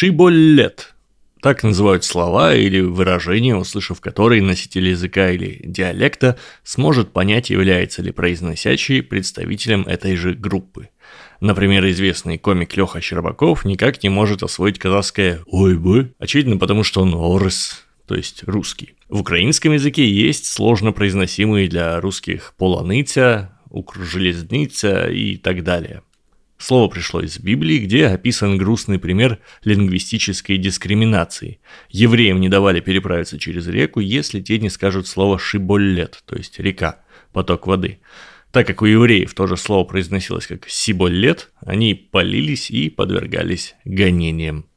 Шиболлет. Так называют слова или выражения, услышав которые носитель языка или диалекта сможет понять, является ли произносящий представителем этой же группы. Например, известный комик Леха Щербаков никак не может освоить казахское «ой бы», очевидно потому, что он орыс, то есть русский. В украинском языке есть сложно произносимые для русских поланыця, укржелезныця и так далее. Слово пришло из Библии, где описан грустный пример лингвистической дискриминации. Евреям не давали переправиться через реку, если те не скажут слово «шиболлет», то есть река, поток воды. Так как у евреев тоже слово произносилось как «сиболлет», они палились и подвергались гонениям.